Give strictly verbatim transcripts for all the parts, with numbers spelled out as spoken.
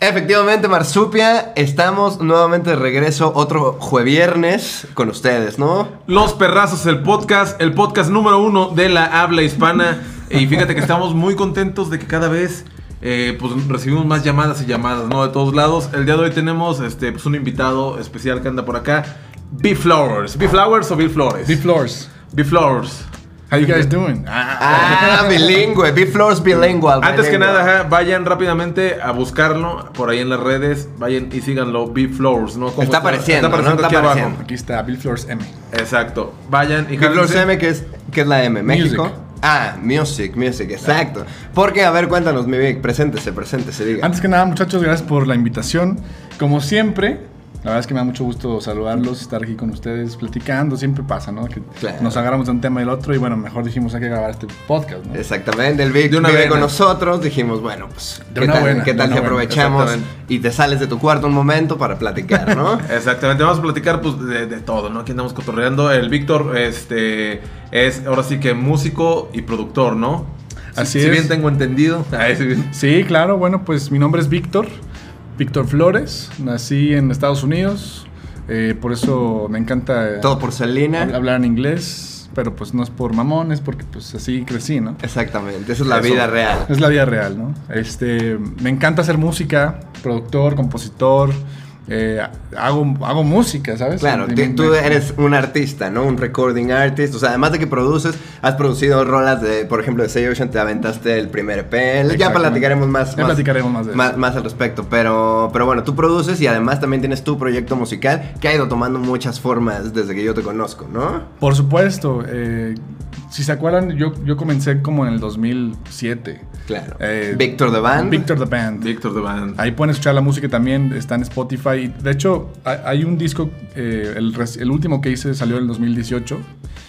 Efectivamente, Marsupia, estamos nuevamente de regreso otro jueviernes con ustedes, ¿no? Los Perrazos, el podcast, el podcast número uno de la habla hispana. Y fíjate que estamos muy contentos de que cada vez eh, pues recibimos más llamadas y llamadas, ¿no? De todos lados. El día de hoy tenemos este, pues, un invitado especial que anda por acá. B Flowers. ¿B Flowers o B Flores? B Flores. B Flores. How you guys doing? Ah, bilingüe, B Flores bilingual. Antes que nada, ajá, vayan rápidamente a buscarlo por ahí en las redes. Vayan y síganlo, B Flowers, ¿no? Está, está apareciendo, está apareciendo ¿no? aquí Está abajo. apareciendo. Aquí está, B Flores M. Exacto. Vayan y B Flores jálense. M, que es, que es la M, México. Music. Ah, music, music, exacto. Porque, a ver, cuéntanos, mi Vic, preséntese, preséntese, diga. Antes que nada, muchachos, gracias por la invitación. Como siempre, la verdad es que me da mucho gusto saludarlos, estar aquí con ustedes, platicando. Siempre pasa, ¿no? Que Claro. nos agarramos de un tema y del otro y bueno, mejor dijimos hay que grabar este podcast, ¿no? Exactamente, el Vic De una vive vena. con nosotros, dijimos, bueno, pues, De ¿qué una tal, buena, ¿qué de tal una si buena, aprovechamos exactamente. y te sales de tu cuarto un momento para platicar, ¿no? Exactamente, vamos a platicar pues de, de todo, ¿no? Aquí andamos cotorreando. El Víctor este, es ahora sí que músico y productor, ¿no? Si- Así si es. bien tengo entendido. Ay, si bien. Sí, claro, bueno, pues mi nombre es Víctor, Víctor Flores, nací en Estados Unidos, eh, por eso me encanta eh, Todo por Selena. hab- hablar en inglés, pero pues no es por mamones, porque pues así crecí, ¿no? Exactamente, esa es la Eso. vida real. Es la vida real, ¿no? Este, me encanta hacer música, productor, compositor, eh, hago, hago música, ¿sabes? Claro, Y ti- me- tú me- eres un artista, ¿no? Un recording artist. O sea, además de que produces, has producido rolas de, por ejemplo, de Say Ocean, te aventaste el primer E P. Ya Exactamente. platicaremos más, Ya más, platicaremos más de eso. más, más al respecto. Pero, pero bueno, tú produces y además también tienes tu proyecto musical que ha ido tomando muchas formas desde que yo te conozco, ¿no? Por supuesto, eh, si se acuerdan, yo, yo comencé como en el dos mil siete. Claro. Eh, Víctor the Band. Víctor the Band. Víctor de Band. Ahí pueden escuchar la música también, está en Spotify. De hecho, hay, hay un disco, eh, el, res- el último que hice salió en el dos mil dieciocho.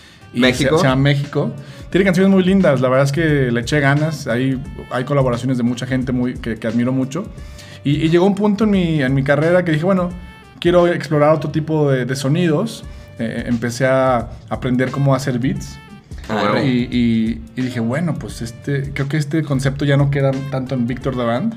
Y ¿México? Se, se llama México. Tiene canciones muy lindas, la verdad es que le eché ganas. Hay, hay colaboraciones de mucha gente muy, que, que admiro mucho. Y, y llegó un punto en mi, en mi carrera que dije, bueno, quiero explorar otro tipo de, de sonidos. Eh, empecé a aprender cómo hacer beats. Ah, Bueno. Y, y- y dije, bueno, pues este, creo que este concepto ya no queda tanto en Víctor the Band.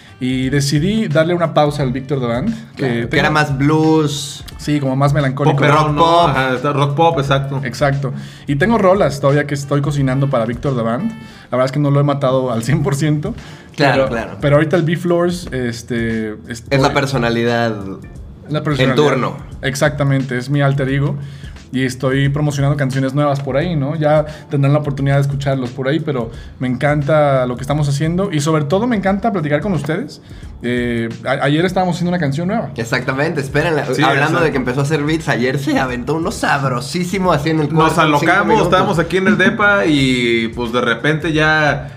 Y decidí darle una pausa al Víctor the Band. Que, Claro, que tengo- era más blues. Sí, como más melancólico. Pop, rock rock pop. pop. Ajá, está rock pop, exacto. Exacto. Y tengo rolas todavía que estoy cocinando para Víctor the Band. La verdad es que no lo he matado al cien por ciento. Claro, pero, claro. Pero ahorita el B-Floors este, estoy- Es la personalidad. la personalidad. en turno. Exactamente, es mi alter ego. Y estoy promocionando canciones nuevas por ahí, ¿no? Ya tendrán la oportunidad de escucharlos por ahí, pero me encanta lo que estamos haciendo. Y sobre todo me encanta platicar con ustedes. Eh, a- ayer estábamos haciendo una canción nueva. Exactamente, espérenla. Sí, Hablando exacto. de que empezó a hacer beats, ayer se aventó uno sabrosísimo así en el cuarto. Nos en cinco alocamos, minutos. estábamos aquí en el depa y pues de repente ya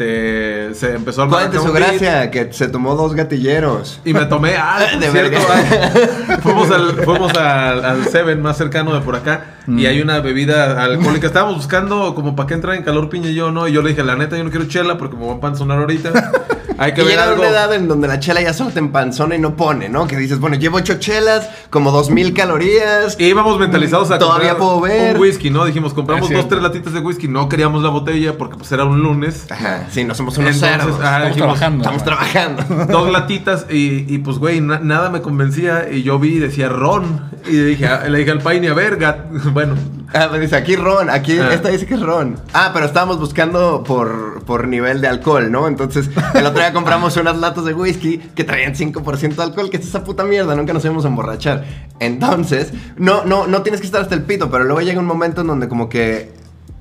este se empezó a armar ¿Cuál de acá su un beat. gracia? Que se tomó dos gatilleros. Y me tomé, ah, De de cierto, verga. ah, fuimos al, fuimos al, al Seven más cercano de por acá y hay una bebida alcohólica. Estábamos buscando como para qué entrar en calor piña y yo, ¿no? Y yo le dije, la neta, yo no quiero chela porque me voy a panzonar ahorita. Hay que Y ver llega algo. una edad en donde la chela ya solo te empanzona y no pone, ¿no? Que dices, bueno, llevo ocho chelas, como dos mil calorías. Y íbamos mentalizados a Todavía comprar puedo ver. un whisky, ¿no? Dijimos, compramos Es dos, cierto. tres latitas de whisky. No queríamos la botella porque pues era un lunes. Ajá, sí, no somos unos Entonces, cerdos. ah, Estamos dijimos, trabajando. Estamos trabajando. dos latitas y, y pues, güey, na- nada me convencía. Y yo vi y decía ron. Y le dije, a- le dije al Paine, a ver, gat- bueno, Ah, me dice, aquí ron, aquí, Ah. esta dice que es ron. Ah, pero estábamos buscando por, por nivel de alcohol, ¿no? Entonces, el otro día compramos unas latas de whisky que traían cinco por ciento de alcohol, que es esa puta mierda, nunca nos íbamos a emborrachar. Entonces, no, no, no tienes que estar hasta el pito, pero luego llega un momento en donde como que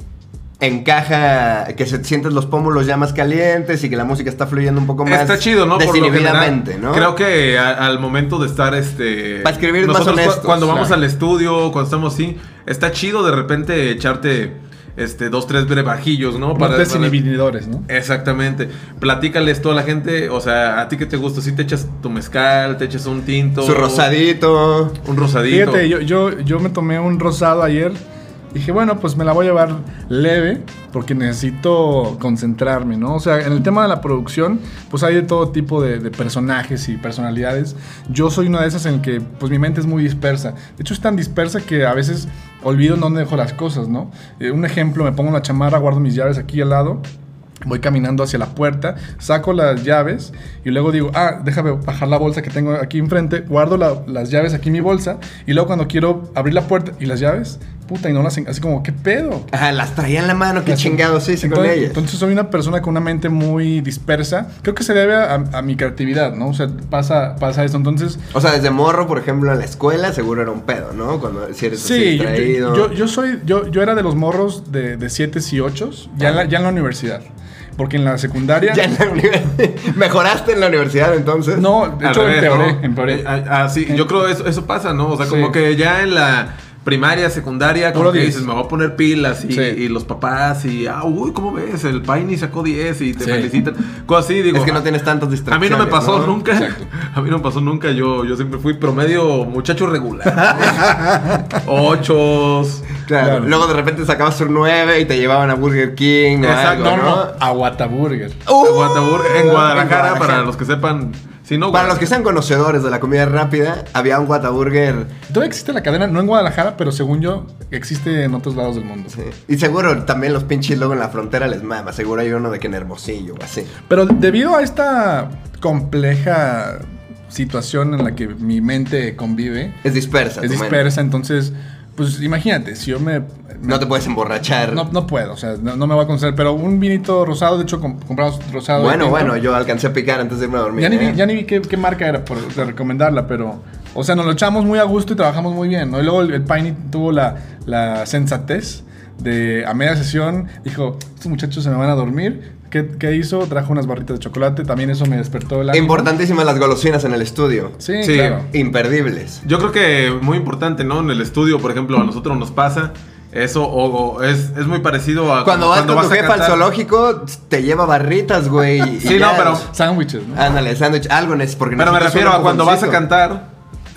encaja, que se sientes los pómulos ya más calientes y que la música está fluyendo un poco más está chido, ¿no? Por lo desinhibidamente, general, ¿no? creo que a- al momento de estar, este... Para escribir más nosotros cu- honestos, cuando vamos claro. al estudio, cuando estamos así, está chido de repente echarte, este, dos, tres brevajillos, ¿no? Unos desinhibidores, ¿no? Exactamente. Platícales toda la gente, o sea, a ti que te gusta, si te echas tu mezcal, te echas un tinto. Su rosadito. Un rosadito. Fíjate, yo, yo, yo me tomé un rosado ayer. Dije, bueno, pues me la voy a llevar leve porque necesito concentrarme, ¿no? O sea, en el tema de la producción, pues hay de todo tipo de, de personajes y personalidades. Yo soy una de esas en el que, pues mi mente es muy dispersa. De hecho, es tan dispersa que a veces olvido en dónde dejo las cosas, ¿no? Eh, un ejemplo, me pongo la chamarra, guardo mis llaves aquí al lado Voy caminando hacia la puerta, saco las llaves y luego digo, ah, déjame bajar la bolsa que tengo aquí enfrente, guardo la, las llaves aquí en mi bolsa y luego cuando quiero abrir la puerta y las llaves, puta, y no las... Así como, ¿qué pedo? Ajá, las traía en la mano, qué Las- chingados hice con entonces, ellas. entonces soy una persona con una mente muy dispersa. Creo que se debe a, a mi creatividad, ¿no? O sea, pasa, pasa esto. Entonces, O sea, desde morro, por ejemplo, en la escuela, seguro era un pedo, ¿no? Cuando si eres así sí, yo, distraído. yo, yo soy, yo, yo era de los morros de, de siete y ocho, ya, en la, ya en la universidad. Porque en la secundaria... Ya en la universidad. ¿Mejoraste en la universidad entonces? No, de Al hecho revés, empeoré, ¿no? empeoré. Eh, ah, ah, sí, yo creo eso, eso pasa, ¿no? O sea, Sí. como que ya en la primaria, secundaria, como Puro que diez. dices, me voy a poner pilas y, Sí. y los papás y, ah, uy, ¿cómo ves? El Paini sacó diez y te Sí. felicitan. Cosas así, digo. Es que no ah, tienes tantas a mí distracciones. no me pasó ¿no? nunca. Exacto. A mí no me pasó nunca. Yo, yo siempre fui promedio muchacho regular. Ochos. Claro. Claro. Luego de repente sacabas un nueve y te llevaban a Burger King Exacto, o algo, No, ¿no? no, a Whataburger. ¡Uh! Guatabur- en Guadalajara, En Guadalajara. para los que sepan. Si no, Para los que sean conocedores de la comida rápida, había un Whataburger. Todavía existe la cadena, no en Guadalajara, pero según yo, existe en otros lados del mundo. Sí. Y seguro también los pinches luego en la frontera les mama. Seguro hay uno de que en Hermosillo o así. Pero debido a esta compleja situación en la que mi mente convive, Es dispersa. es tu mente. dispersa, entonces, pues imagínate, si yo me... me- No te puedes emborrachar. no, no puedo, o sea, no, no me voy a conceder, pero un vinito rosado, de hecho com- compramos rosado. Bueno, tinto. bueno, yo alcancé a picar antes de irme a dormir. Ya ni, vi, ¿eh? ya ni vi qué, qué marca era por de recomendarla, pero... O sea, nos lo echamos muy a gusto y trabajamos muy bien, ¿no? Y luego el, el Piney tuvo la, la sensatez de, a media sesión, dijo, estos muchachos se me van a dormir. ¿Qué, qué hizo? Trajo unas barritas de chocolate, también eso me despertó el ánimo. Importantísimas las golosinas en el estudio. Sí, Sí. claro. Imperdibles. Yo creo que muy importante, ¿no? En el estudio, por ejemplo, a nosotros nos pasa eso, o, o es, es muy parecido a Cuando vas con tu a jefa al cantar. zoológico, te lleva barritas, güey. y Sí, ya. no, pero- Sándwiches, ¿no? Ándale, sándwich, algo neces- porque Pero me necesitas refiero un a cuando vas a empujoncito. cantar,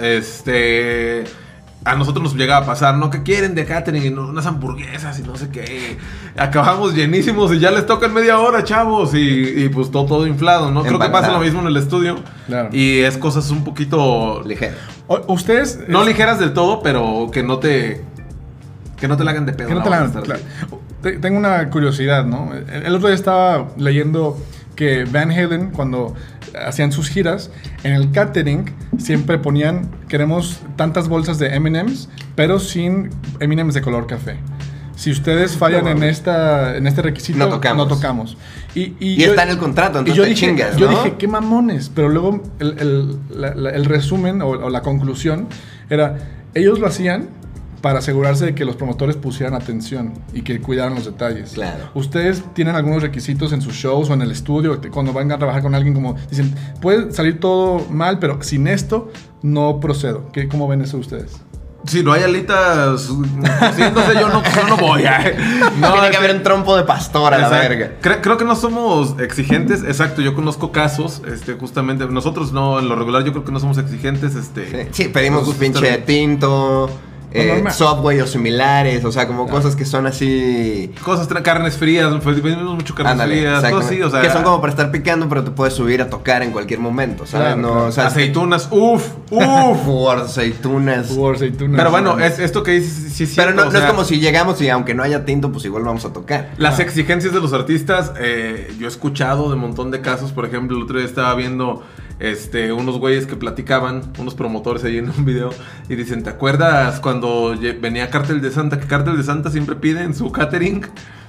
este... A nosotros nos llegaba a pasar, ¿no? ¿Qué quieren de catering? Y no- unas hamburguesas y no sé qué. Acabamos llenísimos y ya les toca en media hora, chavos. Y, y pues todo, todo inflado, ¿no? Creo que pasa Empanzado. lo mismo en el estudio. Claro. Y es cosas un poquito... Ligero. O- ustedes... No es- ligeras del todo, pero que no te... Que no te la hagan de pedo. Que no la te la hora hagan, de estar claro. así. Te- Tengo una curiosidad, ¿no? El el otro día estaba leyendo que Van Halen, cuando hacían sus giras, en el catering siempre ponían, queremos tantas bolsas de eme and eme's, pero sin eme and eme's de color café. Si ustedes fallan en, esta, en este requisito, No tocamos. tocamos. Y, y Y yo- está en el contrato, y entonces yo te dije, chingas, yo ¿no? dije, qué mamones. Pero luego el, el- la- la- el resumen o, o la conclusión era, ellos lo hacían para asegurarse de que los promotores pusieran atención y que cuidaran los detalles. Claro. Ustedes tienen algunos requisitos en sus shows o en el estudio, te- cuando van a trabajar con alguien, como dicen, puede salir todo mal, pero sin esto no procedo. ¿Qué, ¿Cómo ven eso ustedes? Si no hay alitas cociéndose, yo no, yo no voy. ¿eh? No, Tiene que este- haber un trompo de pastor a la Exacto. verga. Cre- creo que no somos exigentes, exacto. Yo conozco casos, este, justamente. Nosotros no, en lo regular, yo creo que no somos exigentes. Este, Sí, sí, pedimos nos un gusta pinche estar- tinto, eh, normal. Subway o similares, o sea, como cosas que son así... Cosas, tra- carnes frías, pues, pedimos mucho carnes Ándale, frías, cosas exactamente. así, o sea. que son como para estar picando, pero te puedes subir a tocar en cualquier momento, ¿sabes? Claro, no, claro. o sea, aceitunas, uff, uff. Uf, aceitunas. Hubo aceitunas. Pero bueno, es, esto que dices, sí, sí, Pero no, cierto, no o sea, es como si llegamos y aunque no haya tinto, pues igual vamos a tocar. Las exigencias de los artistas, eh, yo he escuchado de un montón de casos. Por ejemplo, el otro día estaba viendo este, unos güeyes que platicaban, unos promotores ahí en un video, y dicen, ¿te acuerdas cuando lle- venía Cártel de Santa? Que Cártel de Santa siempre pide en su catering,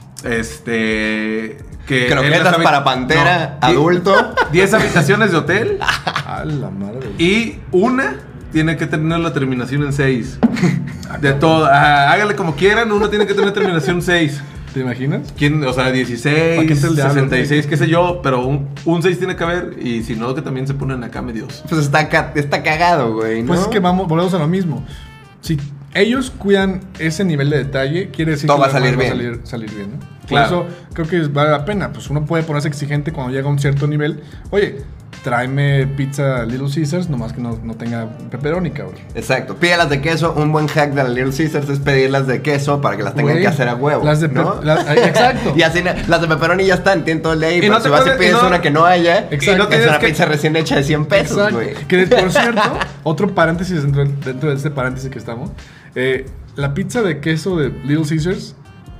este... que en las Croquetas habi- para pantera, No, di- adulto. diez habitaciones de hotel A la madre. y una tiene que tener la terminación en seis. De todo, ah, hágale como quieran, uno tiene que tener terminación seis. ¿Te imaginas? ¿Quién? O sea, ¿Para dieciséis, qué es el diablo? sesenta y seis, qué sé yo, pero un, un seis tiene que haber y si no, que también se ponen acá medios. Pues está, ca- está cagado, güey, ¿no? Pues es que vamos, volvemos a lo mismo. Si ellos cuidan ese nivel de detalle, quiere decir Todo que va a lo salir demás bien. salir, salir bien, ¿no? Por Claro. eso creo que vale la pena. Pues uno puede ponerse exigente cuando llega a un cierto nivel. Oye, tráeme pizza Little Caesars, nomás que no, no tenga pepperoni, cabrón. Exacto. Pídelas de queso. Un buen hack de la Little Caesars es pedirlas de queso para que las tengan Güey, que hacer a huevo. las de pe- ¿no? las- ah, exacto. Y así na- las de pepperoni ya están, tienen todo el de ahí. Y Pero no si te vas y puedes- y pides no- una que no haya, Exacto. Y no es tienes una que- pizza recién hecha de cien pesos, Exacto. güey. Que por cierto, otro paréntesis dentro, dentro de este paréntesis que estamos. eh, la pizza de queso de Little Caesars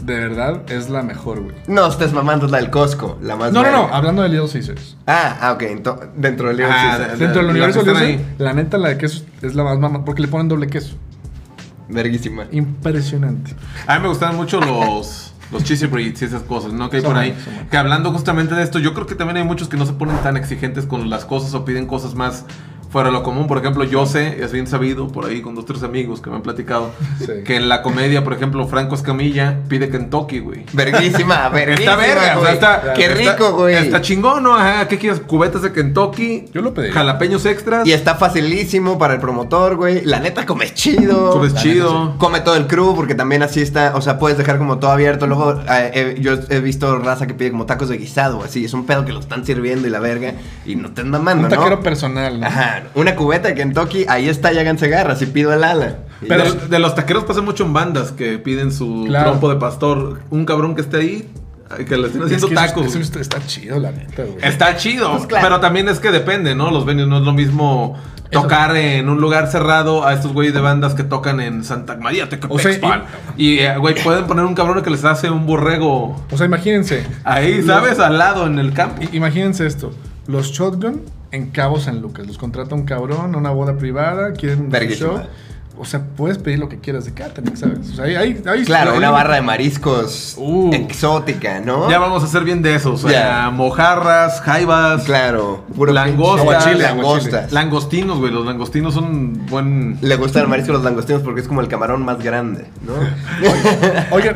de verdad es la mejor, güey. No, estés mamando, es la del Costco, la más No, no, verga. no, hablando de Little Caesars. Ah, ah, ok, ento- dentro del Little Ah, Caesars. de- Dentro del la universo que de están Little Caesars, la neta, la de queso es la más mamá, porque le ponen doble queso. Verguísima. Impresionante. A mí me gustan mucho los... Los cheesy breeds y esas cosas, ¿no? Que hay Son por ahí. buenos, son buenos. Que hablando justamente de esto, yo creo que también hay muchos que no se ponen tan exigentes con las cosas o piden cosas más fuera de lo común. Por ejemplo, yo sé, es bien sabido, por ahí con dos, tres amigos que me han platicado, Sí. que en la comedia, por ejemplo, Franco Escamilla pide Kentucky, güey. Verguísima, verguísima, Está verga, o güey. sea, está... Qué está- rico, güey. Está chingón, ¿no? Ajá, ¿qué quieres? Cubetas de Kentucky. Yo lo pedí. Jalapeños extras. Y está facilísimo para el promotor, güey. La neta, comes chido. Comes La chido. neta, sí. Come todo el crew, porque también así está. O sea, puedes dejar como todo abierto. Luego, eh, eh, yo he visto raza que pide como tacos de guisado, así. Es un pedo que lo están sirviendo y la verga. Y no te están mamando, Un ¿no? taquero personal, ¿no? Ajá. Una cubeta de Kentucky, ahí está, ya háganse garras y pido el ala. Y Pero ya. de, de los taqueros pasa mucho en bandas que piden su Claro. trompo de pastor. Un cabrón que esté ahí, que le estén Es haciendo que eso- tacos. eso está, está chido, la neta, güey. Está chido, Pues claro. pero también es que depende, ¿no? Los venues no es lo mismo tocar en un lugar cerrado a estos güeyes de bandas que tocan en Santa María, Tecapexpan. O y, eh, güey, pueden poner un cabrón que les hace un borrego O sea, imagínense. ahí, ¿sabes? Al lado, en el campo. I- Imagínense esto. Los Shotgun en Cabo San Lucas. Los contrata un cabrón a una boda privada. Quieren un Verguísima. show. O sea, puedes pedir lo que quieras de catering, ¿sabes? O sea, ahí, ahí, ahí- Claro, ahí- una barra de mariscos Uh. exótica, ¿no? Ya vamos a hacer bien de esos. O sea, Ya. mojarras, jaivas, Claro, puro Langostas. pinche Aguachile, langostas. langostinos, güey. Los langostinos son buen... Le gusta el marisco a los langostinos porque es como el camarón más grande, ¿no? Oigan,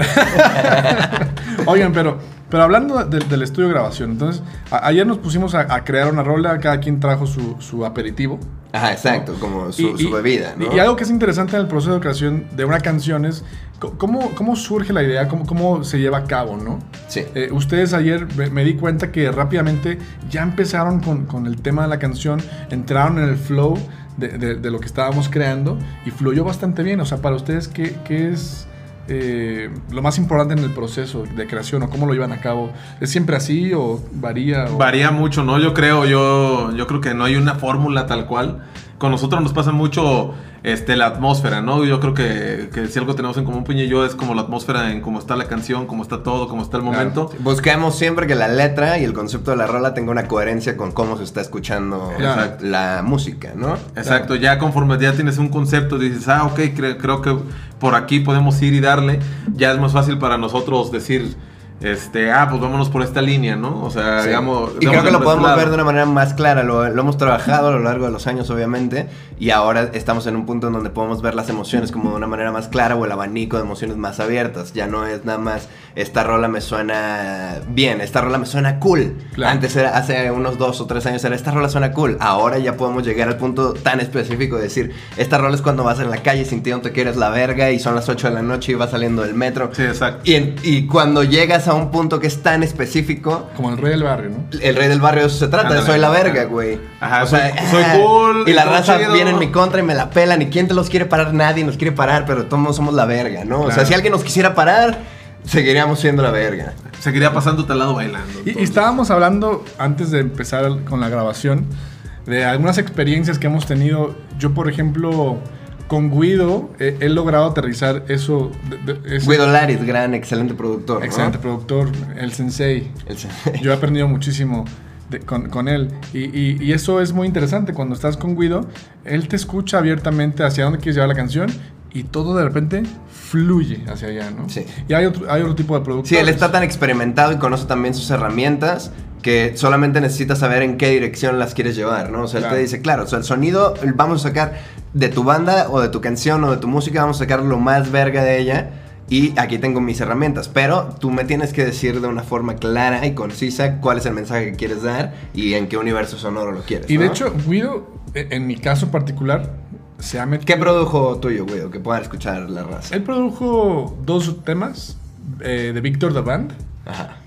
oigan, pero, pero hablando de- del estudio de grabación, entonces, a- ayer nos pusimos a, a crear una rola, cada quien trajo su, su aperitivo. Ajá, exacto, como su, Y- su y- bebida, ¿no? Y algo que es interesante en el proceso de creación de una canción es co- cómo, cómo surge la idea, cómo, cómo se lleva a cabo, ¿no? Sí. Eh, ustedes ayer me, me di cuenta que rápidamente ya empezaron con, con el tema de la canción, entraron en el flow de, de- de lo que estábamos creando y fluyó bastante bien. O sea, para ustedes, ¿qué, qué es eh, lo más importante en el proceso de creación o cómo lo llevan a cabo? ¿Es siempre así o varía? O... Varía mucho, ¿no? Yo creo, yo, yo creo que no hay una fórmula tal cual. Con nosotros nos pasa mucho este, la atmósfera, ¿no? Yo creo que, que si algo tenemos en común, Puñe y yo, es como la atmósfera en cómo está la canción, cómo está todo, cómo está el Claro. momento. Buscamos siempre que la letra y el concepto de la rola tenga una coherencia con cómo se está escuchando Exacto. la música, ¿no? Exacto, ya conforme ya tienes un concepto, dices, ah, ok, cre- creo que por aquí podemos ir y darle, ya es más fácil para nosotros decir, este, ah, pues vámonos por esta línea, ¿no? O sea, Sí. digamos... Y creo digamos que lo por este podemos lado. ver de una manera más clara, lo, lo hemos trabajado a lo largo de los años, obviamente, y ahora estamos en un punto en donde podemos ver las emociones como de una manera más clara o el abanico de emociones más abiertas. Ya no es nada más, esta rola me suena bien, esta rola me suena cool. Claro. Antes, era, hace unos dos o tres años, era esta rola suena cool. Ahora ya podemos llegar al punto tan específico de decir, esta rola es cuando vas en la calle sintiéndote que eres la verga y son las ocho de la noche y vas saliendo del metro. Sí, exacto. Y, en- y cuando llegas a un punto que es tan específico, Como el rey del barrio, ¿no? el rey del barrio de eso se trata, Ándale. soy la verga, güey. Ajá, O sea, soy- soy ah, cool, Y la todo raza chido. viene en mi contra y me la pelan. ¿Y quién te los quiere parar? Nadie nos quiere parar, pero todos somos la verga, ¿no? O sea, Claro. si alguien nos quisiera parar, seguiríamos siendo la verga. Seguiría pasándote al lado bailando. Y, y entonces. estábamos hablando, antes de empezar con la grabación, de algunas experiencias que hemos tenido. Yo, por ejemplo, con Guido, he, he logrado aterrizar eso. de- de- ese- Guido Laris, gran, excelente productor, ¿no? Excelente productor, el sensei. El- Yo he aprendido muchísimo de- con, con él. Y, y- y eso es muy interesante. Cuando estás con Guido, él te escucha abiertamente hacia dónde quieres llevar la canción y todo de repente fluye hacia allá, ¿no? Sí. Y hay otro, hay otro tipo de productores. Sí, él está tan experimentado y conoce también sus herramientas que solamente necesitas saber en qué dirección las quieres llevar, ¿no? O sea, él Claro. te dice, claro, o sea, el sonido vamos a sacar de tu banda o de tu canción o de tu música, vamos a sacar lo más verga de ella y aquí tengo mis herramientas, pero tú me tienes que decir de una forma clara y concisa cuál es el mensaje que quieres dar y en qué universo sonoro lo quieres, Y de ¿no? hecho, Guido, e- en mi caso particular, se ha metido... ¿Qué produjo tuyo, güey? Que puedan escuchar la raza. Él produjo dos temas eh, de Víctor the Band, Ajá.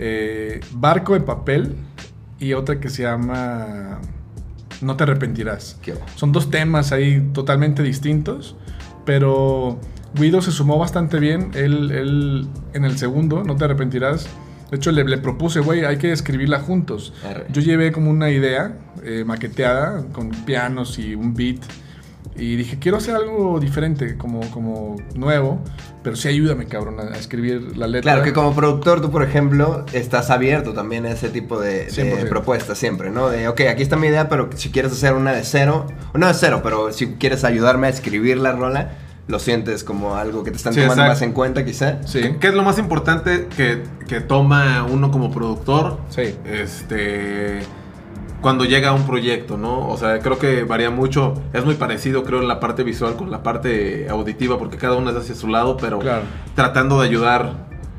eh, Barco de Papel y otra que se llama No te arrepentirás. Qué bueno. Son dos temas ahí totalmente distintos, pero Guido se sumó bastante bien. Él, él en el segundo, No te arrepentirás. De hecho, le, le propuse, güey, hay que escribirla juntos. Arre. Yo llevé como una idea eh, maqueteada con pianos y un beat. Y dije, quiero hacer algo diferente, como, como nuevo, pero sí ayúdame, cabrón, a, a escribir la letra. Claro, que como productor tú, por ejemplo, estás abierto también a ese tipo de, de propuestas siempre, ¿no? De, ok, aquí está mi idea, pero si quieres hacer una de cero, no de cero, pero si quieres ayudarme a escribir la rola, lo sientes como algo que te están sí, tomando exacto. más en cuenta, quizá. Sí. ¿Qué, ¿Qué es lo más importante que, que toma uno como productor? Sí. Este... Cuando llega a un proyecto, ¿no? O sea, creo que varía mucho. Es muy parecido, creo, en la parte visual con la parte auditiva, porque cada uno es hacia su lado, pero claro. tratando de ayudar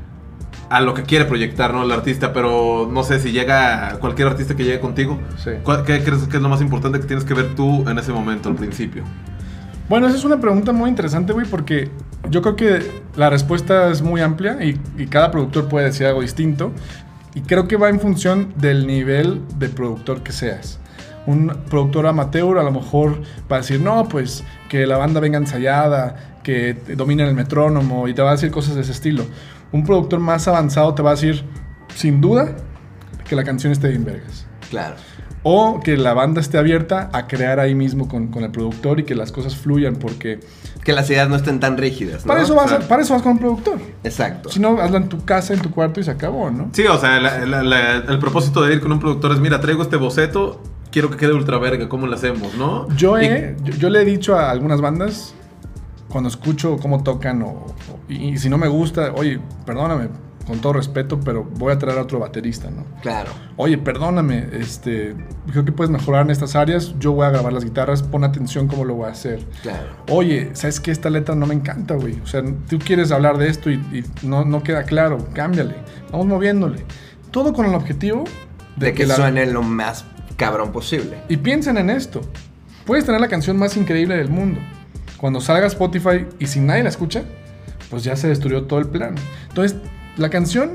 a lo que quiere proyectar, ¿no? El artista, pero no sé si llega cualquier artista que llegue contigo. Sí. ¿Qué crees que es lo más importante que tienes que ver tú en ese momento, al principio? Bueno, esa es una pregunta muy interesante, güey, porque yo creo que la respuesta es muy amplia y, y cada productor puede decir algo distinto. Y creo que va en función del nivel de productor que seas. Un productor amateur a lo mejor va a decir, no, pues que la banda venga ensayada, que domine el metrónomo y te va a decir cosas de ese estilo. Un productor más avanzado te va a decir, sin duda, que la canción esté bien vergas. Claro. O que la banda esté abierta a crear ahí mismo con, con el productor y que las cosas fluyan porque... Que las ideas no estén tan rígidas, ¿no? Para eso vas, claro. a, para eso vas con un productor. Exacto. Si no, hazlo en tu casa, en tu cuarto y se acabó, ¿no? Sí, o sea, la, la, la, el propósito de ir con un productor es, mira, traigo este boceto, quiero que quede ultra verga, ¿cómo lo hacemos, no? Yo, he, y... yo, yo le he dicho a algunas bandas, cuando escucho cómo tocan o, o y, y si no me gusta, oye, perdóname, con todo respeto, pero voy a traer a otro baterista, ¿no? Claro. Oye, perdóname, este, creo que puedes mejorar en estas áreas, yo voy a grabar las guitarras, pon atención cómo lo voy a hacer. Claro. Oye, ¿sabes qué? Esta letra no me encanta, güey. O sea, tú quieres hablar de esto y, y no, no queda claro, cámbiale, vamos moviéndole. Todo con el objetivo de, de que, que la... suene lo más cabrón posible. Y piensen en esto, puedes tener la canción más increíble del mundo. Cuando salga a Spotify y si nadie la escucha, pues ya se destruyó todo el plan. Entonces, la canción,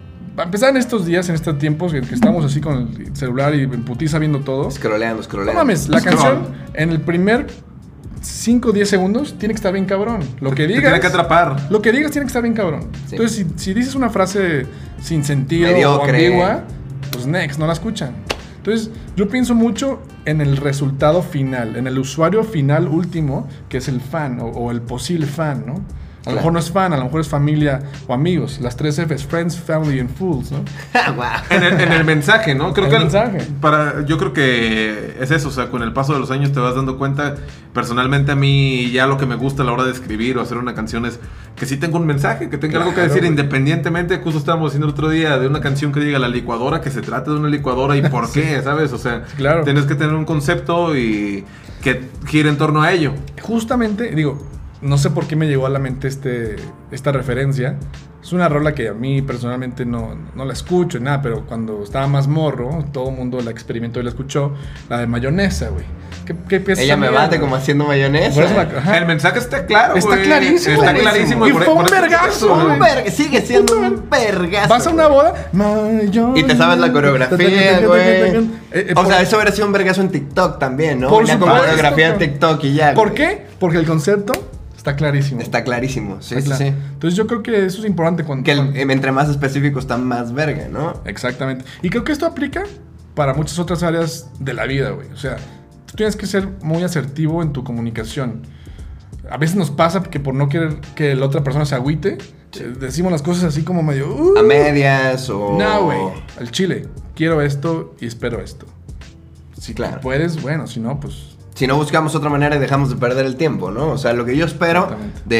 a empezar en estos días, en estos tiempos en que estamos así con el celular y en putiza viendo todo. Scrolleando, scrolleando. No mames, la Scroll. canción en el primer cinco o diez segundos tiene que estar bien cabrón. Lo que digas... Te tiene que atrapar. Lo que digas tiene que estar bien cabrón. Sí. Entonces, si, si dices una frase sin sentido mediocre o ambigua, pues next, no la escuchan. Entonces, yo pienso mucho en el resultado final, en el usuario final último, que es el fan o, o el posible fan, ¿no? A lo claro. mejor no es fan, a lo mejor es familia o amigos. Las tres Fs, Friends, Family and Fools, ¿no? Wow. en, el, en el mensaje, ¿no? Creo el que mensaje. Para, yo creo que es eso, o sea, con el paso de los años te vas dando cuenta. Personalmente a mí ya lo que me gusta a la hora de escribir o hacer una canción es que sí tenga un mensaje, que tenga claro, algo que decir, güey. Independientemente, justo estábamos diciendo el otro día de una canción que diga la licuadora, que se trate de una licuadora y por sí. qué, ¿sabes? O sea, claro. tienes que tener un concepto y que gire en torno a ello. Justamente, digo... No sé por qué me llegó a la mente este, esta referencia. Es una rola que a mí personalmente no, no la escucho, nada, pero cuando estaba más morro, todo el mundo la experimentó y la escuchó. La de mayonesa, güey. ¿Qué, qué piensas? Ella me bate como haciendo mayonesa. La, el mensaje está claro, Está wey. clarísimo. Está clarísimo. clarísimo. Y, y fue un vergazo, güey. Un verga, sigue siendo un vergazo. Vas a una boda, mayonesa. Y te sabes la coreografía, güey. Eh, eh, o por... sea, eso hubiera sido un vergazo en TikTok también, ¿no? Por ya como coreografía en TikTok y ya. ¿Por güey. qué? Porque el concepto... Está clarísimo. Está clarísimo, sí, está sí, claro. sí. Entonces yo creo que eso es importante cuando... Que el, cuando... entre más específico está más verga, ¿no? Exactamente. Y creo que esto aplica para muchas otras áreas de la vida, güey. O sea, tú tienes que ser muy asertivo en tu comunicación. A veces nos pasa que por no querer que la otra persona se agüite, sí. decimos las cosas así como medio... Uh, a medias o... No, güey. Al chile. Quiero esto y espero esto. Si claro. puedes, bueno. Si no, pues... Si no buscamos otra manera y dejamos de perder el tiempo, ¿no? O sea, lo que yo espero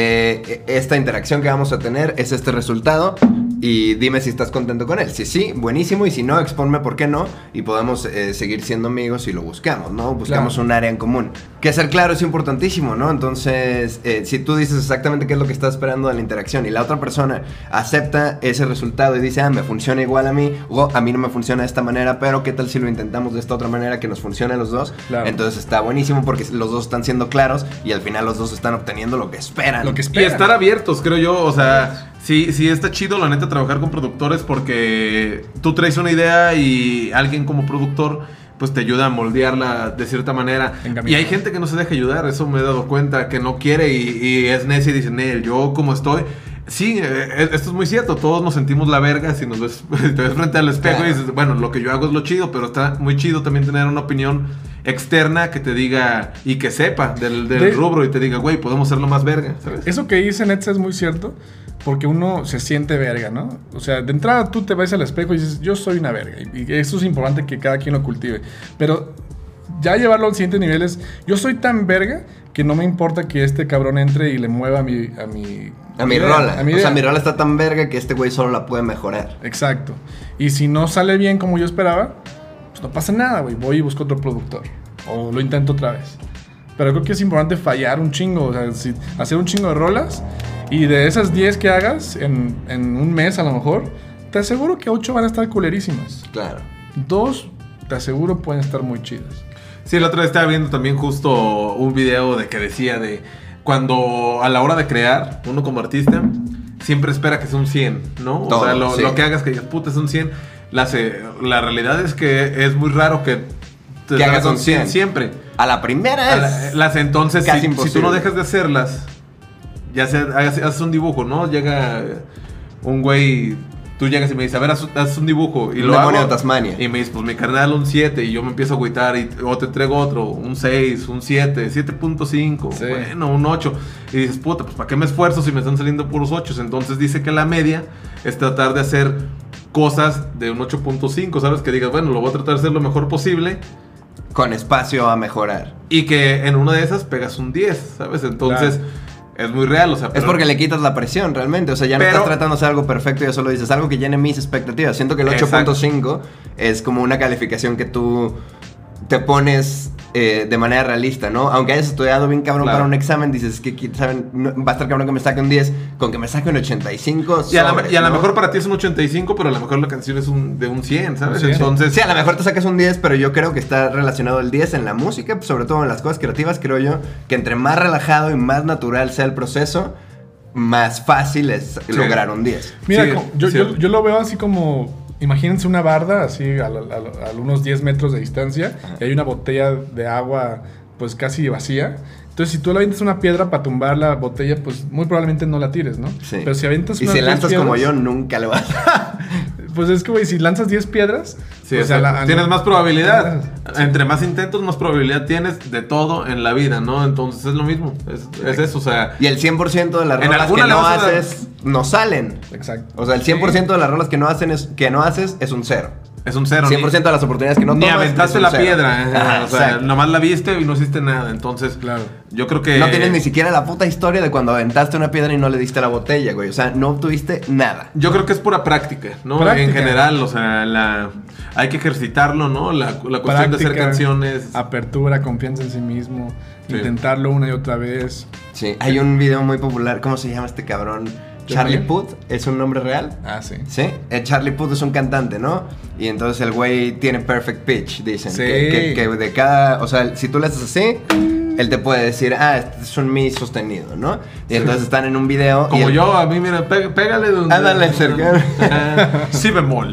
de esta interacción que vamos a tener es este resultado y dime si estás contento con él. Si sí, buenísimo, y si no, exponme por qué no y podemos eh, seguir siendo amigos y lo buscamos, ¿no? Buscamos claro. un área en común. Que ser claro es importantísimo, ¿no? Entonces, eh, si tú dices exactamente qué es lo que estás esperando de la interacción y la otra persona acepta ese resultado y dice, ah, me funciona igual a mí, o a mí no me funciona de esta manera, pero ¿qué tal si lo intentamos de esta otra manera que nos funcione a los dos? Claro. Entonces está buenísimo. Porque los dos están siendo claros y al final los dos están obteniendo lo que esperan. Lo que esperan. Y estar abiertos, creo yo. O sea, sí, sí está chido, la neta, trabajar con productores porque tú traes una idea y alguien como productor pues te ayuda a moldearla de cierta manera. Y hay gente que no se deja ayudar, eso me he dado cuenta, que no quiere y, y es necia y dice, Nel, yo como estoy... Sí, eh, esto es muy cierto, todos nos sentimos la verga si nos ves, te ves frente al espejo claro. y dices, bueno, lo que yo hago es lo chido, pero está muy chido también tener una opinión externa que te diga y que sepa del, del De- rubro y te diga, güey, podemos hacerlo más verga, ¿sabes? Eso que dice Netza es muy cierto, porque uno se siente verga, ¿no? O sea, de entrada tú te ves al espejo y dices, yo soy una verga. Y eso es importante que cada quien lo cultive. Pero ya llevarlo al siguiente nivel es, yo soy tan verga que no me importa que este cabrón entre y le mueva a mi... A mi, A mi idea, rola. a mi O sea, idea. mi rola está tan verga que este güey solo la puede mejorar. Exacto. Y si no sale bien como yo esperaba, pues no pasa nada, güey. Voy y busco otro productor. O lo intento otra vez. Pero creo que es importante fallar un chingo. O sea, si- hacer un chingo de rolas. Y de esas diez que hagas en, en un mes a lo mejor, te aseguro que ocho van a estar culerísimas. Claro. Dos, te aseguro, pueden estar muy chidas. Sí, la otra vez estaba viendo también justo un video de que decía de cuando a la hora de crear, uno como artista, siempre espera que sea un cien, ¿no? Todo, o sea, lo, sí. lo que hagas que digas, puta, es un cien. La, se- la realidad es que es muy raro que te Que hagas salga un cien. siempre. A la primera A es... la- las entonces, casi si, si imposible. tú no dejas de hacerlas, ya sea, haces, haces un dibujo, ¿no? Llega un güey, tú llegas y me dices, a ver, haz, haz un dibujo. Y Un lo demonio hago, de Tasmania. Y me dices, pues mi carnal un siete. Y yo me empiezo a agüitar. Y, o te entrego otro, un seis, un siete, siete punto cinco. Sí. Bueno, un ocho. Y dices, puta, pues ¿para qué me esfuerzo si me están saliendo puros ocho? Entonces dice que la media es tratar de hacer cosas de un ocho punto cinco, ¿sabes? Que digas, bueno, lo voy a tratar de hacer lo mejor posible. Con espacio a mejorar. Y que en una de esas pegas un diez, ¿sabes? Entonces, Claro. es muy real, o sea... Es pero- porque le quitas la presión realmente. O sea, ya no Pero- estás tratando de hacer algo perfecto, ya solo dices algo que llene mis expectativas. Siento que el ocho punto cinco es como una calificación que tú te pones eh, de manera realista, ¿no? Aunque hayas estudiado bien cabrón Claro. para un examen, dices que qui- saben, no- va a estar cabrón que me saque un diez, con que me saque un ochenta y cinco. Y a, la, sobres, y a lo ¿no? mejor para ti es un ochenta y cinco, pero a lo mejor la canción es un, de un cien, ¿sabes? Un cien. Entonces... Sí, a lo mejor te sacas un diez, pero yo creo que está relacionado el diez en la música, pues, sobre todo en las cosas creativas, creo yo, que entre más relajado y más natural sea el proceso, más fácil es Sí. lograr un diez. Mira, Sí, co- yo, sí. yo, yo lo veo así como... Imagínense una barda así a, lo- a lo- a unos diez metros de distancia y hay una botella de agua pues casi vacía. Entonces, si tú le avientas una piedra para tumbar la botella, pues muy probablemente no la tires, ¿no? Sí. Pero si avientas Y unas si diez lanzas como yo, piedras, nunca le vas a... pues es que, güey, si lanzas diez piedras... Sí, o o sea, sea, la- tienes no- más probabilidad. Sí. Entre más intentos, más probabilidad tienes de todo en la vida, ¿no? Entonces es lo mismo. Es, es eso, o sea... Y el cien por ciento de las En rolas que alguna le no vas a dar- haces, no salen. Exacto. O sea, el cien por ciento de las rolas que no, hacen es, que no haces es un cero. Es un cero. cien por ciento de las oportunidades que no Ni tomas aventaste es un la cero. piedra. eh, Ajá, o sea, exacto. nomás la viste y no hiciste nada. Entonces, Claro. yo creo que... No tienes ni siquiera la puta historia de cuando aventaste una piedra y no le diste la botella, güey. O sea, no obtuviste nada. Yo creo que es pura práctica, ¿no? Práctica. En general, o sea, la, hay que ejercitarlo, ¿no? La, la cuestión de hacer Práctica, canciones. Apertura, confianza en sí mismo, Sí. intentarlo una y otra vez. Sí, hay un video muy popular. ¿Cómo se llama este cabrón? Charlie Mayer? Puth, ¿es un nombre real? Ah, sí. Sí, el Charlie Puth es un cantante, ¿no? Y entonces el güey tiene perfect pitch, dicen. Sí. Que, que- que de cada, o sea, si tú le haces así, él te puede decir, ah, este es un mi sostenido, ¿no? Y entonces están en un video. y Como el- yo, a mí, mira, pé- pégale donde... Ándale, cercano. Sí bemol.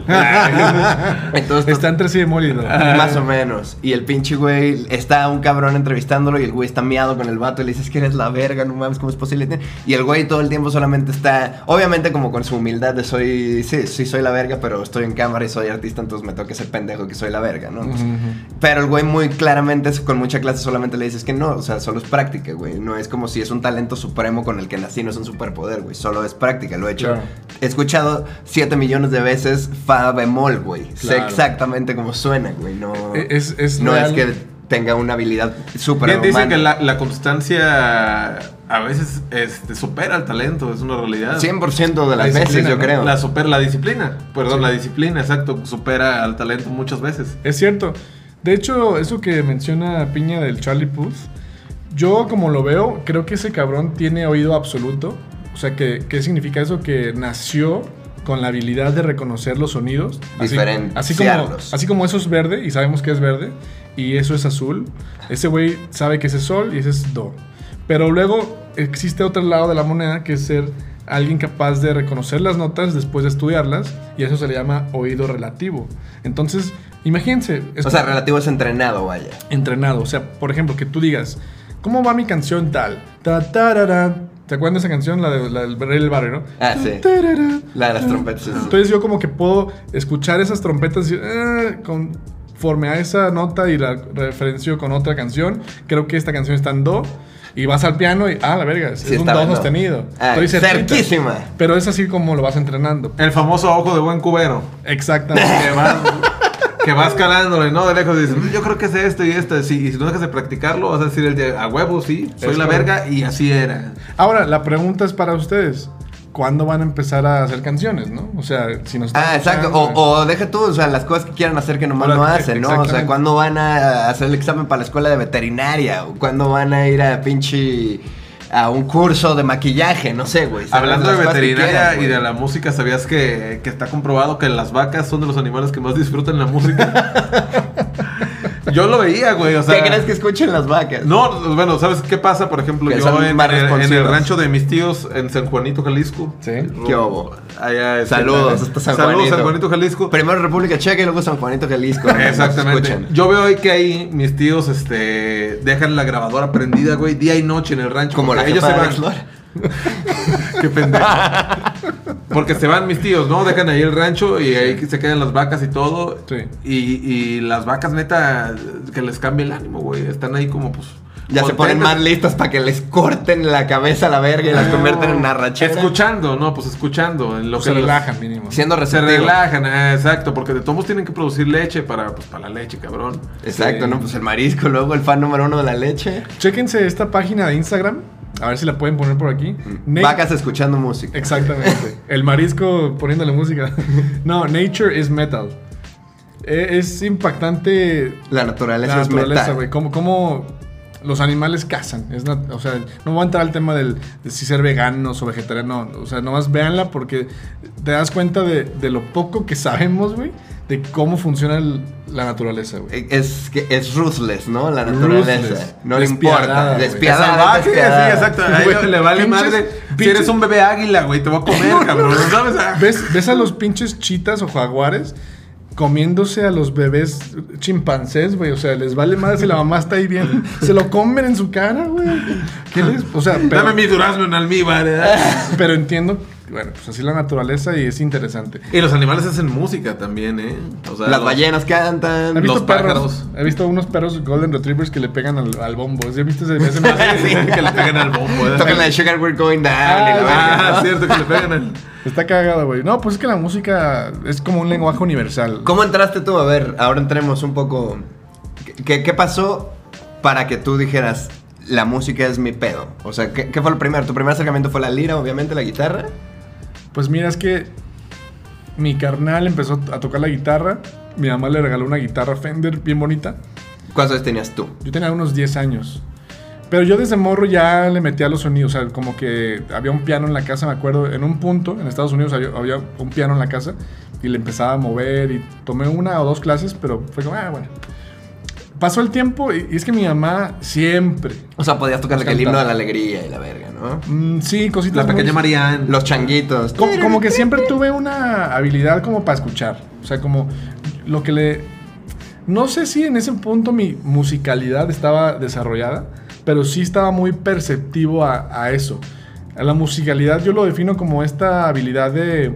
Entonces, Está entre sí y do. más o menos. Y el pinche güey, está un cabrón entrevistándolo y el güey está miado con el vato y le dices que eres la verga, no mames, ¿cómo es posible? Y el güey todo el tiempo solamente está, obviamente como con su humildad de soy, sí, sí soy la verga, pero estoy en cámara y soy artista, entonces me toca ser pendejo que soy la verga, ¿no? Pues, Ujú. pero el güey muy claramente, con mucha clase, solamente le dices que no, o sea, solo es práctica, güey. No es como si es un talento supremo con el que nací, no es un superpoder, güey. Solo es práctica, lo he hecho. Claro. He escuchado siete millones de veces fa bemol, güey. Sé Claro. exactamente cómo suena, güey. No, Es- es no real. es que tenga una habilidad súper Bien, dicen humana. que la, la constancia a veces este, supera el talento, es una realidad. cien por ciento de las La veces, disciplina, yo ¿no? creo. La supera la disciplina, perdón, Sí. la disciplina, exacto, supera al talento muchas veces. Es cierto. De hecho, eso que menciona Piña del Charlie Puth, yo como lo veo, creo que ese cabrón tiene oído absoluto. O sea, que, ¿qué significa eso? Que nació con la habilidad de reconocer los sonidos. Así, así, como, Diferenciarlos. así como eso es verde, y sabemos que es verde, y eso es azul. Ese güey sabe que ese es sol y ese es do. Pero luego existe otro lado de la moneda, que es ser alguien capaz de reconocer las notas después de estudiarlas, y eso se le llama oído relativo. Entonces, imagínense. es O sea, como- relativo es entrenado, vaya. entrenado. O sea, por ejemplo, que tú digas, ¿cómo va mi canción tal? Ta, tarara. ¿Te acuerdas de esa canción? La, de, la del Rey del Barrio, ¿no? Ah, sí. Ta, tarara. La de las trompetas. sí, sí. Entonces yo como que puedo escuchar esas trompetas y, ah, con conforme a esa nota y la referencio con otra canción, creo que esta canción está en do. Y vas al piano y, ah, la verga, es, Sí, es un está do bueno. sostenido. Ah, Estoy cerquita. cerquísima. Pero es así como lo vas entrenando. El famoso ojo de buen cubero. Exactamente. Que vas, que vas calándole, ¿no? De lejos dices, yo creo que es esto y esto. Sí, y si no dejas de practicarlo, vas a decir el día, a huevo, sí, soy Es la correcto. verga y así era. Ahora, la pregunta es para ustedes. ¿Cuándo van a empezar a hacer canciones, no? O sea, si nos están Ah, exacto. escuchando, O, o deja tú, o sea, las cosas que quieran hacer que nomás Ahora, no hacen, ¿no? O sea, exactamente. ¿cuándo van a hacer el examen para la escuela de veterinaria? ¿O cuándo van a ir a pinche... a un curso de maquillaje? No sé, güey. ¿sabes? Hablando de Las cosas que veterinaria quieran, y güey. de la música, ¿sabías que, que está comprobado que las vacas son de los animales que más disfrutan la música? Yo lo veía, güey, o sea... ¿Qué crees que escuchen las vacas? No, bueno, ¿sabes qué pasa? Por ejemplo, Que yo son en, más el- en el responsivas. rancho de mis tíos en San Juanito, Jalisco. Sí. ¿Qué hubo? Allá, este, Saludos hasta San Saludos, Juanito. San Juanito, Jalisco. Primero República Checa y luego San Juanito, Jalisco. ¿no? Nos Exactamente. escuchan. Yo veo ahí que ahí mis tíos este, dejan la grabadora prendida, güey, día y noche en el rancho. Como la porque ellos jefa se de van. Alex Lora. Qué pendejo. Porque se van mis tíos, ¿no? Dejan ahí el rancho y ahí se quedan las vacas y todo. Sí. Y, y las vacas, neta, que les cambia el ánimo, güey. Están ahí como, pues... Ya se ponen contentas. más listas para que les corten la cabeza a la verga y las convierten en arrachera. Escuchando, no, pues escuchando. En lo se que los- relajan mínimo. Siendo Se receptivos. relajan, ah, exacto, porque de todos tienen que producir leche para, pues, para la leche, cabrón. Exacto, Sí. ¿no? Pues el marisco, luego el fan número uno de la leche. Chéquense esta página de Instagram. A ver si la pueden poner por aquí. Na- Vacas escuchando música. Exactamente. El marisco poniéndole música. No, Nature is Metal. E- Es impactante La naturaleza, la es naturaleza, metal. güey. Cómo, cómo los animales cazan. Es nat- o sea, no voy a entrar al tema del, de si ser veganos o vegetarianos. No. O sea, nomás véanla porque te das cuenta de, de lo poco que sabemos, güey. De cómo funciona el- la naturaleza, güey. Es que es ruthless, ¿no? La naturaleza. Ruthless. No le Despiadada, importa. güey. Despiadada. Salvaje, despiadada. sí, exacto. A Güey, ellos le vale pinches- madre. Si pinches- eres un bebé águila, güey, te voy a comer, cabrón. ¿No sabes? Ah. ¿Ves, ves a los pinches chitas o jaguares comiéndose a los bebés chimpancés, güey? O sea, les vale madre si la mamá está ahí bien. Se lo comen en su cara, güey. ¿Qué les...? O sea, pero, Dame mi durazno en almíbar, ¿eh? pero entiendo, bueno, pues así la naturaleza y es interesante. Y los animales hacen música también, ¿eh? O sea, Las los- ballenas He cantan. visto Los perros, pájaros. he visto unos perros Golden Retrievers que le pegan al, al bombo. ¿Sí? ¿Has visto ese, ese Sí, que le pegan al bombo, ¿eh? Tocan la de Sugar We're Going Down. Ah, y la verga, Ah, ¿no? cierto, que le pegan al... Está cagado, güey. No, pues es que la música es como un lenguaje universal. ¿Cómo entraste tú? A ver, ahora entremos un poco. ¿Qué, qué pasó para que tú dijeras, la música es mi pedo? O sea, ¿qué, qué fue lo primero? ¿Tu primer acercamiento fue la lira, obviamente, la guitarra? Pues mira, es que mi carnal empezó a tocar la guitarra. Mi mamá le regaló una guitarra Fender bien bonita. ¿Cuántos años tenías tú? Yo tenía unos diez años. Pero yo desde morro ya le metía los sonidos. O sea, como que había un piano en la casa, me acuerdo. En un punto, en Estados Unidos había, había un piano en la casa. Y le empezaba a mover. Y tomé una o dos clases, pero fue como, ah, bueno. Pasó el tiempo y, y es que mi mamá siempre... O sea, podías tocar Nos el himno de cantaba. la alegría y la verga, ¿no? mm, sí, cositas La pequeña muy- Marianne. Los changuitos. Como, como que siempre tuve una habilidad como para escuchar. O sea, como lo que le... No sé si en ese punto mi musicalidad estaba desarrollada, pero sí estaba muy perceptivo a, a eso. A la musicalidad yo lo defino como esta habilidad de...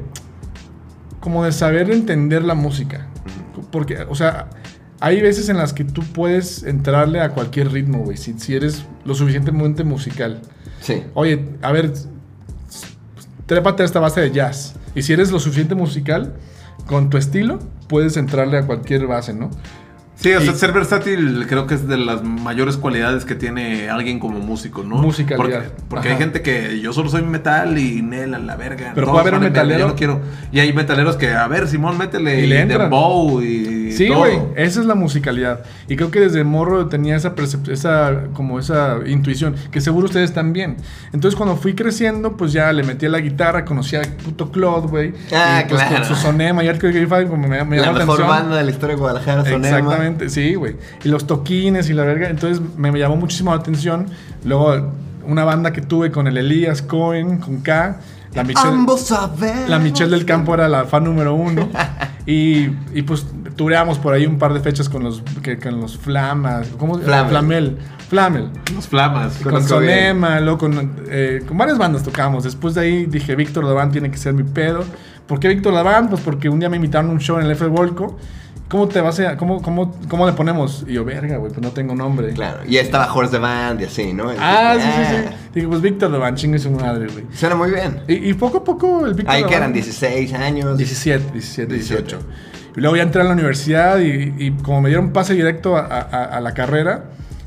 Como de saber entender la música. Porque, o sea, hay veces en las que tú puedes entrarle a cualquier ritmo, güey, si, si eres lo suficientemente musical. Sí. Oye, a ver, trépate a esta base de jazz. Y si eres lo suficiente musical, con tu estilo, puedes entrarle a cualquier base, ¿no? Sí, o sea, Y- ser versátil creo que es de las mayores cualidades que tiene alguien como músico, ¿no? Musicalidad. Porque, porque Ajá. hay gente que yo solo soy metal y Nel a la verga. Pero todos puede haber un valen verga, metalero. Yo no quiero. Y hay metaleros que, a ver, Simón, métele. Y le entran. dembow y Sí, todo. güey, esa es la musicalidad. Y creo que desde morro tenía esa percep- esa como esa intuición, que seguro ustedes también. Entonces cuando fui creciendo, pues ya le metí a la guitarra, conocía a puto Claude, güey. Ah, y pues claro. con su Sonema y Arcade Five, como me, me La llamó la mejor atención. banda de la historia de Guadalajara, Sonema. Exactamente, sí, güey. Y los toquines y la verga. Entonces me, me llamó muchísimo la atención. Luego, una banda que tuve con el Elías Cohen, con K. La Michelle, Ambos sabemos. la Michelle del Campo era la fan número uno. y, y pues tureamos por ahí un par de fechas con los, que, con los Flamas. ¿Cómo? Flamel. Flamel. Flamel. Los flamas. Con Conozco bien. Sonema, luego con, eh, con varias bandas tocamos. Después de ahí dije, Víctor Daván tiene que ser mi pedo. ¿Por qué Víctor Daván? Pues porque un día me invitaron a un show en el F. Volco ¿cómo te vas a, cómo, cómo, cómo le ponemos? Y yo, verga, güey, pues no tengo nombre. Claro, y estaba Horse the Band y así, ¿no? Ah, sí, sí, Ah. sí. Dije, pues Víctor de Van, chingue su madre, güey. Suena muy bien. Y, y poco a poco el Víctor Ahí de que Van- eran dieciséis años. diecisiete, diecisiete, diecisiete. dieciocho. Y luego ya entré a la universidad y, y como me dieron pase directo a, a, a la carrera,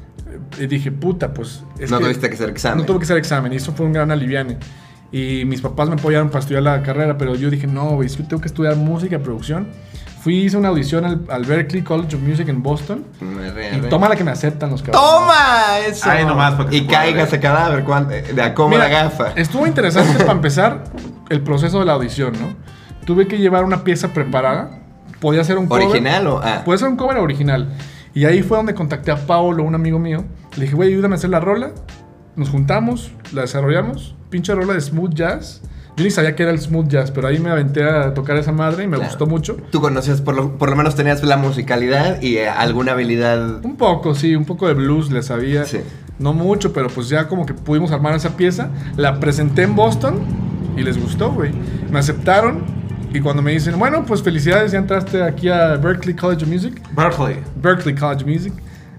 eh, dije, puta, pues... Es No tuviste que hacer examen. No tuve que hacer examen y eso fue un gran aliviane. Y mis papás me apoyaron para estudiar la carrera, pero yo dije, no, güey, es que tengo que estudiar música y producción. Fui, hice una audición al, al Berklee College of Music en Boston. Arre, Y arre. toma la que me aceptan los cabrones. ¡Toma! Eso. Ay, nomás para que y se pueda caiga ver. ese cadáver cuan- de a cómo Mira, la gafa. Estuvo interesante para empezar el proceso de la audición, ¿no? Tuve que llevar una pieza preparada. Podía ser un cover. ¿Original o...? Ah. Puede ser un cover original. Y ahí fue donde contacté a Paolo, un amigo mío. Le dije, güey, ayúdame a hacer la rola. Nos juntamos, la desarrollamos. Pinche rola de smooth jazz. Yo ni sabía que era el smooth jazz, pero ahí me aventé a tocar esa madre y me Claro. gustó mucho. Tú conocías, por lo, por lo menos tenías la musicalidad y eh, alguna habilidad. Un poco, sí, un poco de blues le sabía. Sí. No mucho, pero pues ya como que pudimos armar esa pieza. La presenté en Boston y les gustó, güey. Me aceptaron y cuando me dicen, bueno, pues felicidades, ya entraste aquí a Berklee College of Music. Berkeley. Berklee College of Music.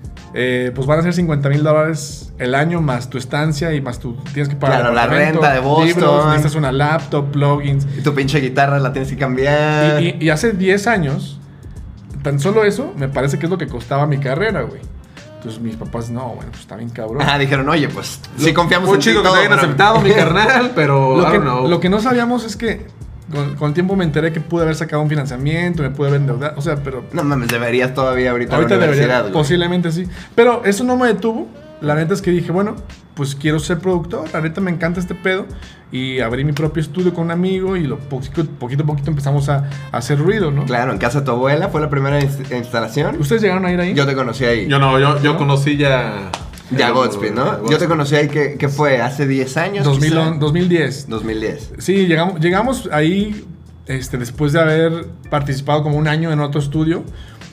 Eh, pues van a ser cincuenta mil dólares el año más tu estancia y más tu tienes que pagar Claro, la apartamento, renta de Boston. libros, necesitas una laptop, plugins. Y tu pinche guitarra la tienes que cambiar. Y, y- y hace diez años, tan solo eso me parece que es lo que costaba mi carrera, güey. Entonces mis papás, no, bueno, pues está bien cabrón. Ajá, dijeron, oye, pues sí confiamos Muy en ti chido que todo, te hayan pero- aceptado, mi carnal, pero Lo I que, don't know. lo que no sabíamos es que con, con el tiempo me enteré que pude haber sacado un financiamiento, me pude haber endeudado, o sea, pero No mames, deberías todavía ahorita, ahorita en la universidad, debería, güey. posiblemente sí. Pero eso no me detuvo. La neta es que dije, bueno, pues quiero ser productor. La neta me encanta este pedo. Y abrí mi propio estudio con un amigo y lo poquito, poquito a poquito empezamos a, a hacer ruido, ¿no? Claro, en casa de tu abuela fue la primera inst- instalación. ¿Ustedes llegaron a ir ahí? Yo te conocí ahí. Yo no, yo, yo ¿No? conocí ya... Ya Godspeed, ¿no? Yo te conocí ahí, que, que fue hace diez años. dos mil, quizá? dos mil diez. dos mil diez. Sí, llegamos, llegamos ahí este, después de haber participado como un año en otro estudio.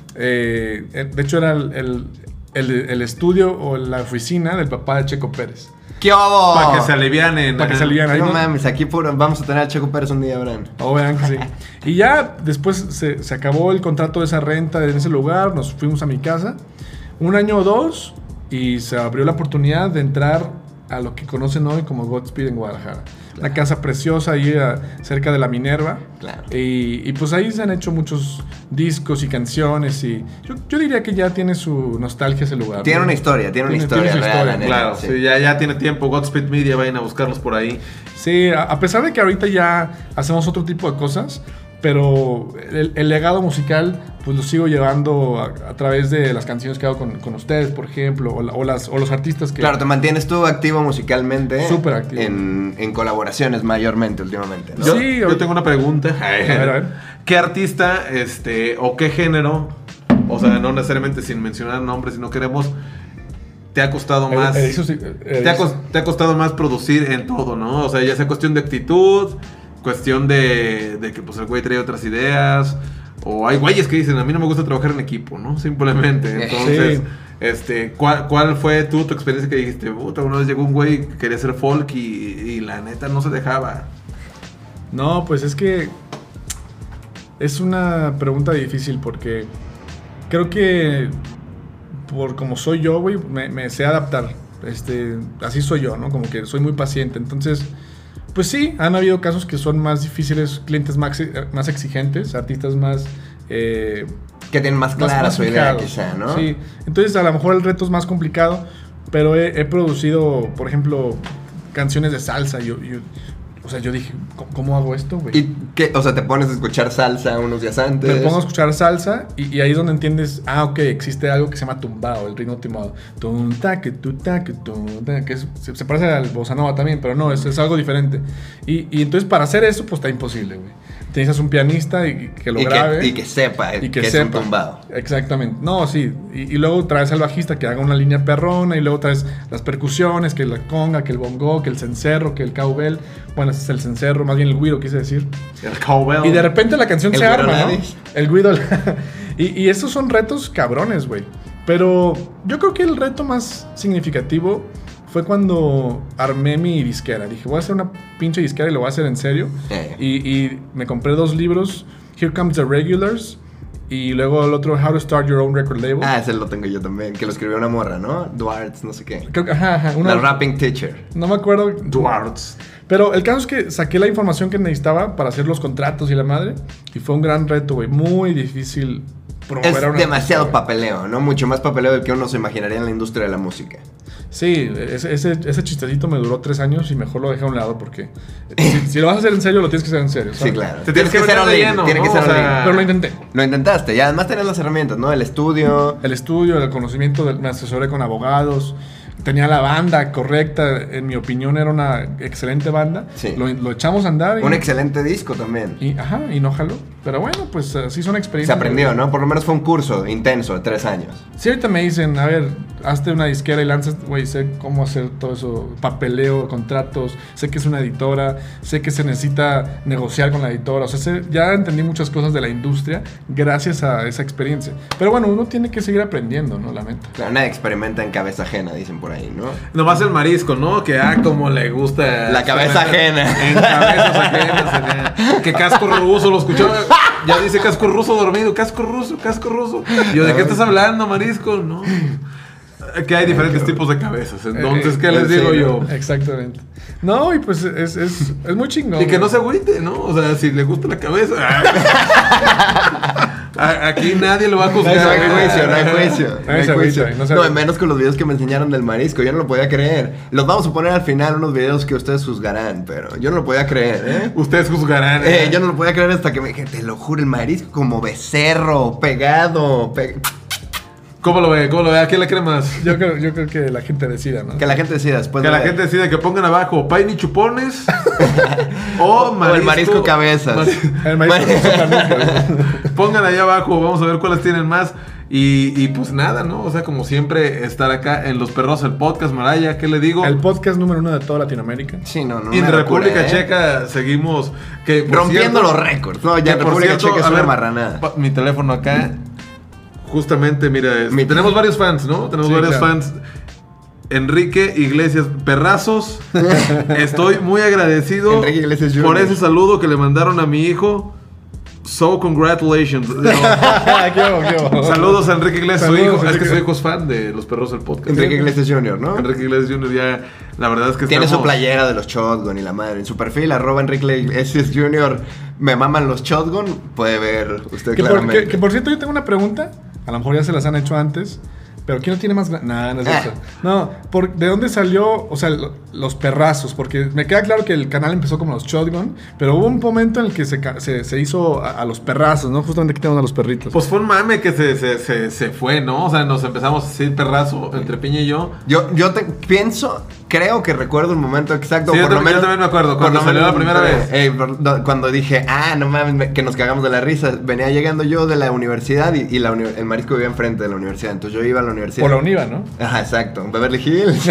Eh, eh, de hecho, era el, el, el- el estudio o la oficina del papá de Checo Pérez. ¿Qué hubo? Para que se alivianen. Para que ajá. se alivianen. Ahí No nos- mames, aquí puro, vamos a tener a Checo Pérez un día, Abraham. Oh, vean que sí. Y ya después se, se acabó el contrato de esa renta en ese lugar, nos fuimos a mi casa, un año o dos, y se abrió la oportunidad de entrar a lo que conocen hoy como Godspeed en Guadalajara. Una casa preciosa ahí a- cerca de la Minerva. Claro. Y, y pues ahí se han hecho muchos discos y canciones y yo, yo diría que ya tiene su nostalgia ese lugar. Tiene ¿no? una historia, tiene una historia su real, historia. la neta. Claro, Sí. sí, ya, ya tiene tiempo. Godspeed Media, vayan a buscarlos por ahí. Sí, a, a pesar de que ahorita ya hacemos otro tipo de cosas, pero el, el legado musical pues lo sigo llevando a, a través de las canciones que hago con, con ustedes, por ejemplo, o, la- o las, o los artistas que... Claro, te mantienes tú activo musicalmente. Súper activo. En, en colaboraciones mayormente últimamente, ¿no? Yo, Sí, yo ahorita- tengo una pregunta. A ver, a ver. ¿Qué artista, este, o qué género, o sea, no necesariamente sin mencionar nombres, si no queremos, te ha costado Eh, más... eh, eso sí, eh, te, ha, cos- te ha costado más producir en todo, ¿no? O sea, ya sea cuestión de actitud, cuestión de, de que pues el güey trae otras ideas, o hay güeyes que dicen, a mí no me gusta trabajar en equipo, ¿no? Simplemente. Entonces, Sí. este, ¿cuál, ¿cuál fue tú, tu experiencia que dijiste, puta, una vez llegó un güey que quería hacer folk y, y la neta no se dejaba? No, pues es que es una pregunta difícil porque creo que por como soy yo, güey, me, me sé adaptar. Este, así soy yo, ¿no? Como que soy muy paciente. Entonces, pues sí, han habido casos que son más difíciles, clientes más, más exigentes, artistas más... eh, Que tienen más clara más su idea, fijados. quizá, ¿no? Sí, entonces a lo mejor el reto es más complicado, pero he, he producido, por ejemplo, canciones de salsa. Yo, yo- o sea, yo dije, ¿cómo, cómo hago esto, güey? ¿Y qué? O sea, te pones a escuchar salsa unos días antes. Me pongo a escuchar salsa y, y ahí es donde entiendes, ah, ok, existe algo que se llama tumbado, el ritmo tumbado. Tum, taque, tu, taque, tum, taque, que es- se, se parece al bossa nova también, pero no, es, es algo diferente. Y, y entonces para hacer eso, pues está imposible, güey. Necesitas un pianista y, que lo y grabe. Que, y que sepa y que, que es sepa. un tumbado. Exactamente. No, sí. Y, y luego traes al bajista que haga una línea perrona. Y luego traes las percusiones, que la conga, que el bongo, que el cencerro, que el cowbell. Bueno, ese es el cencerro, más bien el güiro, quise decir. El cowbell. Y de repente la canción El se güiro arma, ¿no? Ladis. El guido. y, y esos son retos cabrones, güey. Pero yo creo que el reto más significativo fue cuando armé mi disquera. Dije, voy a hacer una pinche disquera y lo voy a hacer en serio. Eh. Y, y me compré dos libros, Here Comes the Regulars Y luego el otro, How to Start Your Own Record Label. Ah, ese lo tengo yo también, que lo escribió una morra, ¿no? Duarte, no sé qué. Creo que, ajá, ajá. Una, La rapping teacher. No me acuerdo. Duarte. Pero el caso es que saqué la información que necesitaba para hacer los contratos y la madre. Y fue un gran reto, güey. Muy difícil promover Es a una demasiado artista, papeleo, ¿no? Mucho más papeleo del que uno se imaginaría en la industria de la música. Sí, ese, ese, ese chistecito me duró tres años y mejor lo dejé a un lado porque si, si lo vas a hacer en serio, lo tienes que hacer en serio, ¿sabes? Sí, claro. Te tienes que ser meter de all-in, lleno, tiene ¿no? que ser O sea, all-in. Pero lo intenté. Lo intentaste, y además tenías las herramientas, ¿no? El estudio. El estudio, el conocimiento, del- me asesoré con abogados, tenía la banda correcta, en mi opinión era una excelente banda. Sí. Lo, lo echamos a andar y, Un excelente disco también. y, ajá, y no jaló. Pero bueno, pues así son Se experiencias. aprendió, ¿no? Por lo menos fue un curso intenso de tres años. Si ahorita me dicen, a ver, hazte una disquera y lanzas, güey, sé cómo hacer todo eso, papeleo, contratos, sé que es una editora, sé que se necesita negociar con la editora, o sea, sé- ya entendí muchas cosas de la industria gracias a esa experiencia. Pero bueno, uno tiene que seguir aprendiendo, ¿no? La meta. Claro, nadie experimenta en cabeza ajena, dicen por ahí, ¿no? Nomás el marisco, ¿no? Que ah, como le gusta. La cabeza ajena. En cabezas ajenas. ajá. Que casco ruso, lo escuchó. Ya dice casco ruso dormido. Casco ruso, casco ruso. Y yo, ¿de qué estás hablando, marisco? No. Que hay diferentes tipos de cabezas. Entonces, ¿qué Eh, les sí, digo ¿no? yo? Exactamente. No, y pues es, es, es muy chingón. Y que no güey. se agüite, ¿no? O sea, si le gusta la cabeza. a- Aquí nadie lo va a No juzgar. hay juicio, no hay juicio. No Nadie hay se juicio. agüita, no se No, agüita. menos con los videos que me enseñaron del marisco. Yo no lo podía creer. Los vamos a poner al final, unos videos que ustedes juzgarán, pero yo no lo podía creer, ¿eh? Ustedes juzgarán. Eh, yo no lo podía creer hasta que me dije, te lo juro, el marisco como becerro, pegado. pe- ¿Cómo lo ve? ¿Cómo lo ve? ¿A quién le cree más? Yo creo, yo creo que la gente decida, ¿no? Que la gente decida después Que de la ver. gente decida que pongan abajo Paini Chupones o O marisco, el marisco cabezas. Mari- El maestro no sopla nunca. Pongan ahí abajo, vamos a ver cuáles tienen más. Y, y pues nada, ¿no? O sea, como siempre, estar acá en Los Perros, el podcast, Maraya, ¿qué le digo? El podcast número uno de toda Latinoamérica. Sí, no, no. Y en una locura, República ¿eh? Checa seguimos que por Rompiendo cierto- los récords. No, ya que en por República cierto, Checa es a una ver, marranada. pa- Mi teléfono acá. Justamente, mira, es- Mi- tenemos varios fans, ¿no? Tenemos Sí, varios claro. fans. Enrique Iglesias Perrazos. Estoy muy agradecido Enrique Iglesias por junior ese saludo que le mandaron a mi hijo. So congratulations. No, ¿Qué hubo, qué hubo? saludos a Enrique Iglesias, su Saludos, hijo. Es que Enrique. su hijo es fan de Los Perros del Podcast. Enrique Iglesias junior, ¿no? Enrique Iglesias junior ya, la verdad es que Tiene su estamos- playera de los Shotgun y la madre. En su perfil, arroba Enrique Iglesias junior Me maman los Shotgun. Puede ver usted Que por, claramente. que- que por cierto, yo tengo una pregunta. A lo mejor ya se las han hecho antes. Pero ¿quién no tiene más? gra- Nah, no es Ah. cierto. No, por, ¿de dónde salió, o sea, lo- los perrazos? Porque me queda claro que el canal empezó como los Shotgun, pero hubo un momento en el que se, ca- se, se hizo a, a los perrazos, ¿no? Justamente aquí tenemos a los perritos. Pues fue un mame que se, se, se, se fue, ¿no? O sea, nos empezamos a decir perrazo entre Piña y yo. Yo, yo te, pienso, creo que recuerdo el momento exacto. Sí, yo por lo también- yo menos, también me acuerdo, por cuando lo salió menos, la primera eh, vez. eh, por- do- cuando dije, ah, no mames, me- que nos cagamos de la risa. Venía llegando yo de la universidad y, y la uni- el marisco vivía enfrente de la universidad. Entonces yo iba a la universidad. Por la Univa, ¿no? Ajá, exacto. Beverly Hills.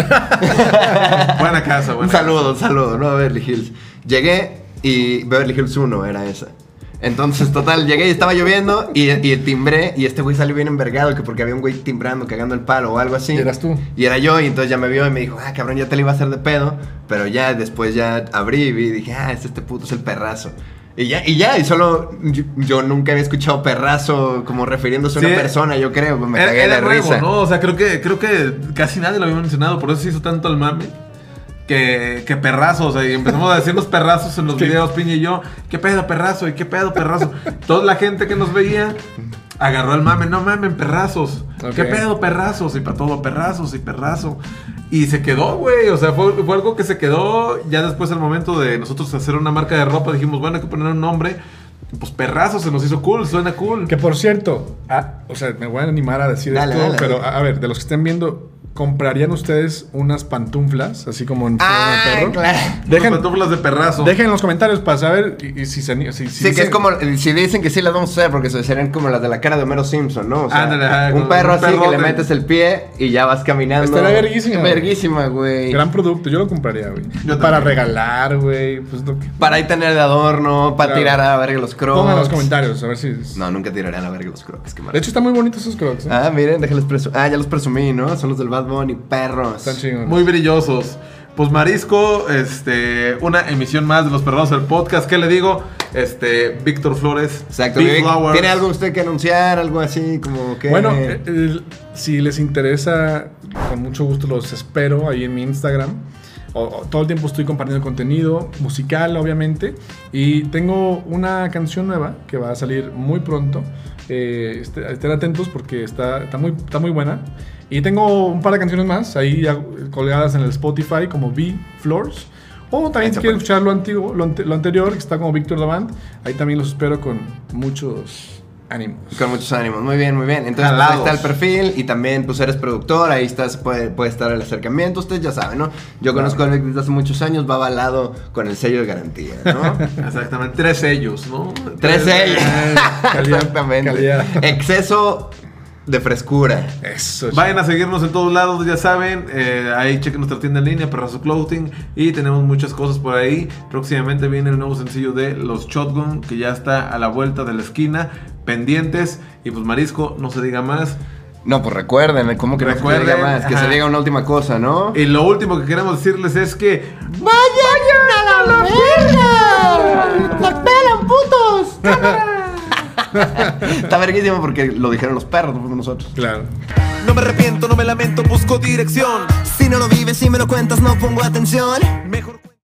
Buena casa, Un buena saludo, un saludo, ¿no? Beverly Hills. Llegué y Beverly Hills uno era esa. Entonces, total, llegué y estaba lloviendo y, y timbré y este güey salió bien envergado que porque había un güey timbrando, cagando el palo o algo así. Y eras tú. Y era yo y entonces ya me vio y me dijo, ah, cabrón, ya te le iba a hacer de pedo. Pero ya después ya abrí y vi y dije, ah, este, este puto es el perrazo. Y ya, y ya, y solo yo, yo nunca había escuchado perrazo como refiriéndose a Sí. una persona, yo creo, me Era- cagué era de nuevo, risa. ¿no? O sea, creo que, creo que casi nadie lo había mencionado, por eso se hizo tanto el mame. Que, que perrazo, o sea, y empezamos a decirnos perrazos en los ¿Qué? videos, Piña y yo. ¿Qué pedo, perrazo? ¿Y qué pedo, perrazo? Toda la gente que nos veía agarró el mame, no mamen, perrazos. Ok. ¿Qué pedo, perrazos? Y para todo, perrazos y perrazo. Y se quedó, güey, o sea, fue, fue algo que se quedó. Ya después, al momento de nosotros hacer una marca de ropa, dijimos, bueno, hay que poner un nombre. Pues perrazo se nos hizo cool, suena cool. Que por cierto, ah, o sea, me voy a animar a decir Dale, esto, dale. pero a, a ver, de los que estén viendo, ¿comprarían ustedes unas pantuflas, así como en forma Ah, de perro? claro. Dejen, Dejen, pantuflas de perrazo. dejen en los comentarios para saber y, y si se ani- si, si Sí, que dicen- es como, si dicen que sí las vamos a hacer, porque se- serían como las de la cara de Homero Simpson, ¿no? O sea, Ándale, ajá, un con perro un así que perrote. le metes el pie y ya vas caminando. Estaría verguísima. Verguísima, güey. Gran producto, yo lo compraría, güey. Yo Para también. regalar, güey. Pues lo que- Para ahí tener de adorno, para Claro. tirar a la verga los crocs. Pongan en los comentarios, a ver si. No, nunca tiraré a la verga los crocs, qué mal. De hecho, están muy bonitos esos crocs, ¿eh? Ah, miren, déjales presumir. Ah, ya los presumí, ¿no? Son los del Bad Bunny, perros. Están chingones. Muy brillosos. Pues Marisco, este, una emisión más de Los Perrones del Podcast. ¿Qué le digo? Este, Víctor Flores. Exacto. Big Vic, Flowers. ¿Tiene algo usted que anunciar? Algo así como que... Bueno, eh, eh, si les interesa, con mucho gusto los espero ahí en mi Instagram. O, o, todo el tiempo estoy compartiendo contenido musical, obviamente. Y tengo una canción nueva que va a salir muy pronto. Eh, est- estén atentos porque está, está, muy, está muy buena. Y tengo un par de canciones más ahí ya colgadas en el Spotify como V Floors. O también si quieren escuchar lo, antiguo, lo, ante, lo anterior, que está como Víctor The Band, ahí también los espero con muchos ánimos. Con muchos ánimos, muy bien, muy bien. Entonces pues, ahí está el perfil y también pues eres productor, ahí estás, puede, puede estar el acercamiento, ustedes ya saben, ¿no? Yo conozco claro. a Vic desde hace muchos años, va avalado con el sello de garantía, ¿no? Exactamente, tres sellos, ¿no? Tres sellos. Calidad, exactamente. Calidad. Exceso de frescura. Eso. Vayan a seguirnos en todos lados, ya saben. Eh, ahí chequen nuestra tienda en línea, Perrazo Clothing. Y tenemos muchas cosas por ahí. Próximamente viene el nuevo sencillo de Los Shotgun, que ya está a la vuelta de la esquina. Pendientes. Y pues Marisco, no se diga más. No, pues recuerden, ¿cómo que recuerden, no se diga más? Que ajá. se diga una última cosa, ¿no? Y lo último que queremos decirles es que... ¡Vayan a la verga! ¡La pelan, putos! Está verguísimo porque lo dijeron los perros, no nosotros. Claro. No me arrepiento, no me lamento, busco dirección. Si no lo vives y me lo cuentas, no pongo atención. Mejor...